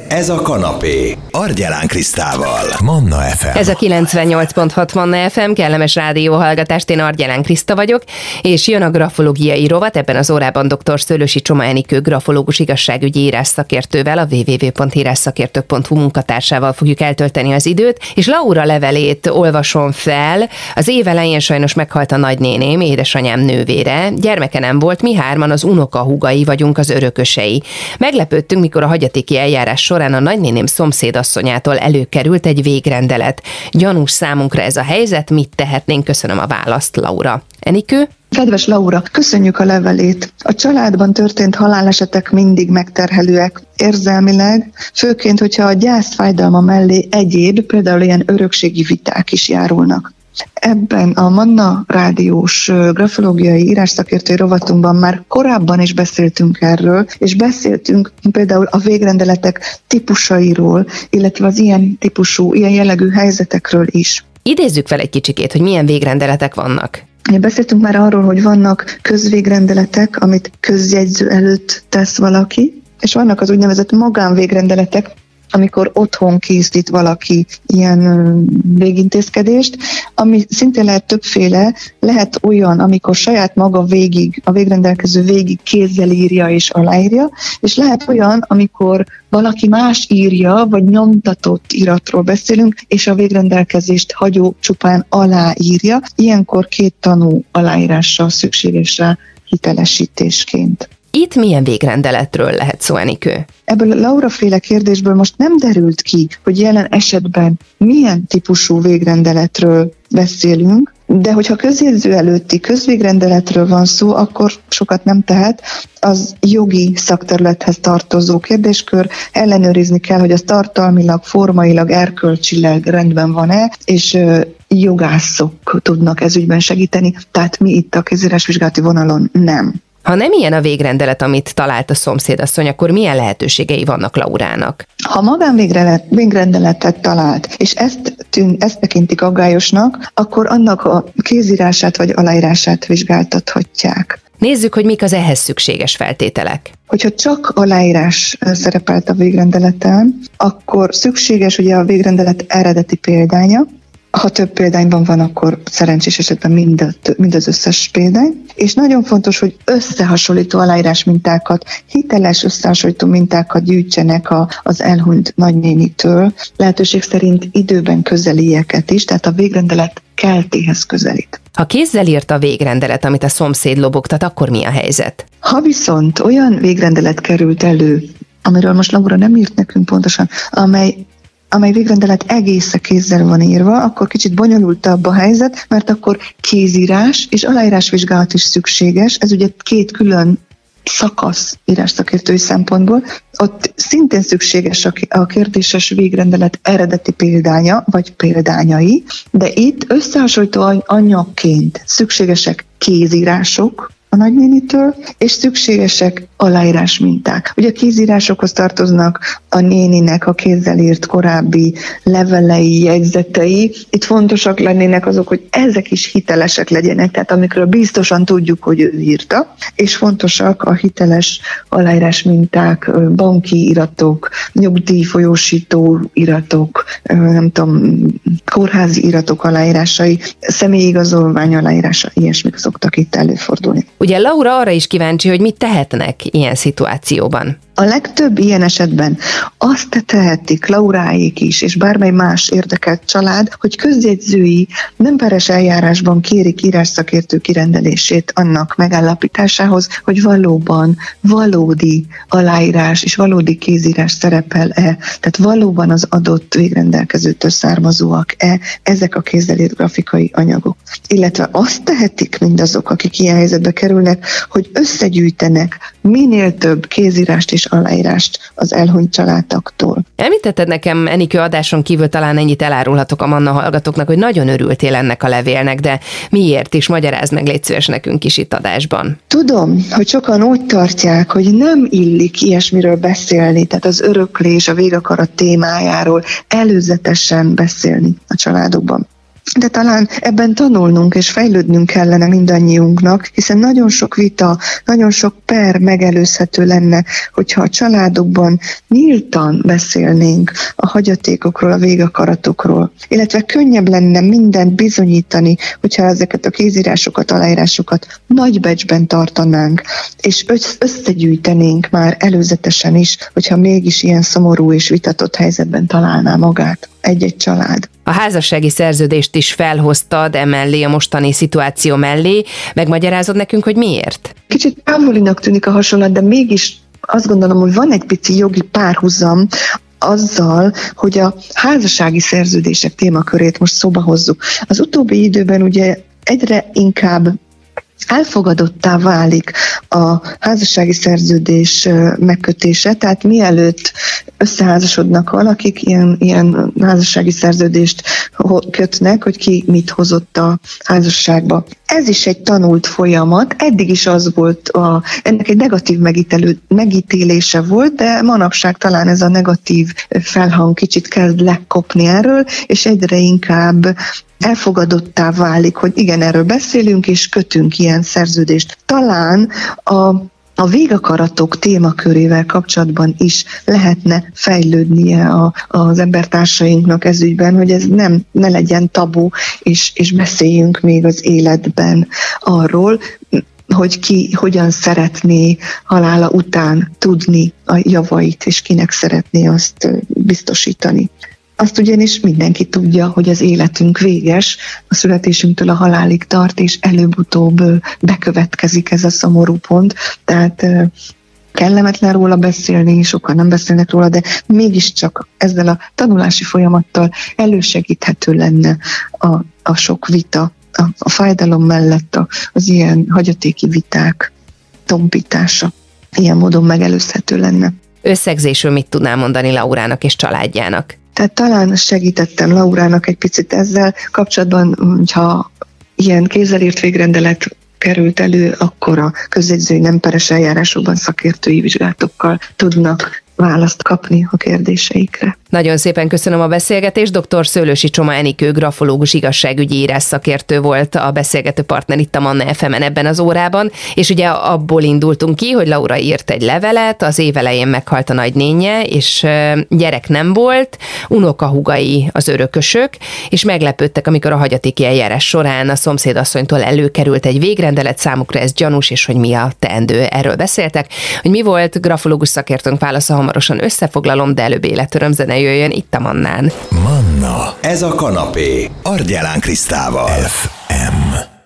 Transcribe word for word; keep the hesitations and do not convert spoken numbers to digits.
Ez a kanapé. Argyelán Krisztával. Manna ef em. Ez a kilencvennyolc pont hat Manna ef em, kellemes rádióhallgatást, én Argyelán Kriszta vagyok, és jön a grafológiai rovat. Ebben az órában dr. Szőlősi Csoma Enikő grafológus igazságügyi írásszakértővel, a double-u double-u double-u pont írásszakértők pont hu munkatársával fogjuk eltölteni az időt, és Laura levelét olvasom fel. Az év elején sajnos meghalt a nagynéném, édesanyám nővére. Gyermeke nem volt, mi hárman az unokahúgai vagyunk, az örökösei. Meglepődtünk, mikor a hagyatéki eljárás során a nagynéném szomszédasszonyától előkerült egy végrendelet. Gyanús számunkra ez a helyzet, mit tehetnénk? Köszönöm a választ, Laura. Enikő? Kedves Laura, köszönjük a levelét. A családban történt halálesetek mindig megterhelőek érzelmileg, főként, hogyha a gyászfájdalma mellé egyéb, például ilyen örökségi viták is járulnak. Ebben a Manna rádiós grafológiai írásszakértői rovatunkban már korábban is beszéltünk erről, és beszéltünk például a végrendeletek típusairól, illetve az ilyen típusú, ilyen jellegű helyzetekről is. Idézzük fel egy kicsikét, hogy milyen végrendeletek vannak. Beszéltünk már arról, hogy vannak közvégrendeletek, amit közjegyző előtt tesz valaki, és vannak az úgynevezett magánvégrendeletek, amikor otthon készít valaki ilyen végintézkedést, ami szintén lehet többféle, lehet olyan, amikor saját maga végig, a végrendelkező végig kézzel írja és aláírja, és lehet olyan, amikor valaki más írja, vagy nyomtatott iratról beszélünk, és a végrendelkezést hagyó csupán aláírja. Ilyenkor két tanú aláírással szükséges rá hitelesítésként. Itt milyen végrendeletről lehet szó, Enikő? Ebből a Laura-féle kérdésből most nem derült ki, hogy jelen esetben milyen típusú végrendeletről beszélünk, de hogyha közjegyző előtti közvégrendeletről van szó, akkor sokat nem tehet. Az jogi szakterülethez tartozó kérdéskör, ellenőrizni kell, hogy az tartalmilag, formailag, erkölcsileg rendben van-e, és jogászok tudnak ez ügyben segíteni, tehát mi itt a közírásvizsgálati vonalon nem. Ha nem ilyen a végrendelet, amit talált a szomszédasszony, akkor milyen lehetőségei vannak Laurának? Ha magánvégrendeletet talált, és ezt, tűn, ezt tekintik aggályosnak, akkor annak a kézírását vagy aláírását vizsgáltathatják. Nézzük, hogy mik az ehhez szükséges feltételek. Hogyha csak aláírás szerepelt a végrendeleten, akkor szükséges ugye a végrendelet eredeti példánya. Ha több példányban van, akkor szerencsés esetben mind, mind az összes példány. És nagyon fontos, hogy összehasonlító aláírás mintákat, hiteles összehasonlító mintákat gyűjtsenek a, az elhunyt nagynénitől, lehetőség szerint időben közelieket is, tehát a végrendelet keltéhez közelít. Ha kézzel írt a végrendelet, amit a szomszéd lobogtat, akkor mi a helyzet? Ha viszont olyan végrendelet került elő, amiről most Laura nem írt nekünk pontosan, amely amely végrendelet egész kézzel van írva, akkor kicsit bonyolultabb a helyzet, mert akkor kézírás és aláírásvizsgálat is szükséges. Ez ugye két külön szakasz írásszakértői szempontból. Ott szintén szükséges a kérdéses végrendelet eredeti példánya, vagy példányai, de itt összehasonlító anyagként szükségesek kézírások a nagynénitől, és szükségesek aláírás minták. Ugye a kézírásokhoz tartoznak a néninek a kézzel írt korábbi levelei, jegyzetei. Itt fontosak lennének azok, hogy ezek is hitelesek legyenek, tehát amikről biztosan tudjuk, hogy ő írta, és fontosak a hiteles aláírás minták, banki iratok, nyugdíjfolyósító iratok, nem tudom, kórházi iratok aláírásai, személyigazolvány aláírása, ilyesmik szoktak itt előfordulni. Ugye Laura arra is kíváncsi, hogy mit tehetnek ilyen szituációban. A legtöbb ilyen esetben azt tehetik Lauráék is, és bármely más érdekelt család, hogy közjegyzői nem peres eljárásban kérik írásszakértő kirendelését annak megállapításához, hogy valóban valódi aláírás és valódi kézírás szerepel-e, tehát valóban az adott végrendelkezőtől származóak-e ezek a kézzel írt grafikai anyagok. Illetve azt tehetik mindazok, akik ilyen helyzetbe kerülnek, hogy összegyűjtenek minél több kézírást és aláírást az elhunyt családtaktól. Említetted nekem, Enikő, adáson kívül talán ennyit elárulhatok a Manna hallgatóknak, hogy nagyon örültél ennek a levélnek, de miért is? Magyarázd meg, légy szíves nekünk is itt adásban. Tudom, hogy sokan úgy tartják, hogy nem illik ilyesmiről beszélni, tehát az öröklés, a végakarat témájáról előzetesen beszélni a családokban. de talán ebben tanulnunk és fejlődnünk kellene mindannyiunknak, hiszen nagyon sok vita, nagyon sok per megelőzhető lenne, hogyha a családokban nyíltan beszélnénk a hagyatékokról, a végakaratokról, illetve könnyebb lenne mindent bizonyítani, hogyha ezeket a kézírásokat, aláírásokat nagybecsben tartanánk, és összegyűjtenénk már előzetesen is, hogyha mégis ilyen szomorú és vitatott helyzetben találná magát egy-egy család. A házassági szerződést is felhoztad emellé, a mostani szituáció mellé. Megmagyarázod nekünk, hogy miért? Kicsit távolinak tűnik a hasonlat, de mégis azt gondolom, hogy van egy pici jogi párhuzam azzal, hogy a házassági szerződések témakörét most szóba hozzuk. Az utóbbi időben ugye egyre inkább elfogadottá válik a házassági szerződés megkötése, tehát mielőtt összeházasodnak valakik, ilyen, ilyen házassági szerződést kötnek, hogy ki mit hozott a házasságba. Ez is egy tanult folyamat, eddig is az volt, a, ennek egy negatív megítélő, megítélése volt, de manapság talán ez a negatív felhang kicsit kezd lekopni erről, és egyre inkább elfogadottá válik, hogy igen, erről beszélünk, és kötünk ilyen szerződést. Talán a A végakaratok témakörével kapcsolatban is lehetne fejlődnie a, az embertársainknak ez ügyben, hogy ez nem, ne legyen tabu, és, és beszéljünk még az életben arról, hogy ki hogyan szeretné halála után tudni a javait, és kinek szeretné azt biztosítani. Azt ugyanis mindenki tudja, hogy az életünk véges, a születésünktől a halálig tart, és előbb-utóbb bekövetkezik ez a szomorú pont. Tehát kellemetlen róla beszélni, sokan nem beszélnek róla, de mégiscsak ezzel a tanulási folyamattal elősegíthető lenne a, a sok vita, a, a fájdalom mellett a, az ilyen hagyatéki viták tompítása. Ilyen módon megelőzhető lenne. Összegzésről mit tudnál mondani Laurának és családjának? Tehát talán segítettem Laurának egy picit ezzel kapcsolatban, hogyha ilyen kézzel írt végrendelet került elő, akkor a közjegyzői nem peres eljárásokban szakértői vizsgálatokkal tudnak választ kapni a kérdéseikre. Nagyon szépen köszönöm a beszélgetést. doktor Szőlősi Csoma Enikő grafológus, igazságügyi írás szakértő volt a beszélgető partner itt a Manna ef emen ebben az órában, és ugye abból indultunk ki, hogy Laura írt egy levelet, az év elején meghalt a nagynénje, és gyerek nem volt, unokahúgai az örökösök, és meglepődtek, amikor a hagyatéki eljárás során a szomszédasszonytól előkerült egy végrendelet, számukra ez gyanús, és hogy mi a teendő. Erről beszéltek. Hogy mi volt, grafológus szakértőnk válasza hamarosan összefoglalom, de előbb életöröm zene jöjjön itt a Mannán. Manna, ez a kanapé, Argyelán Krisztával. ef em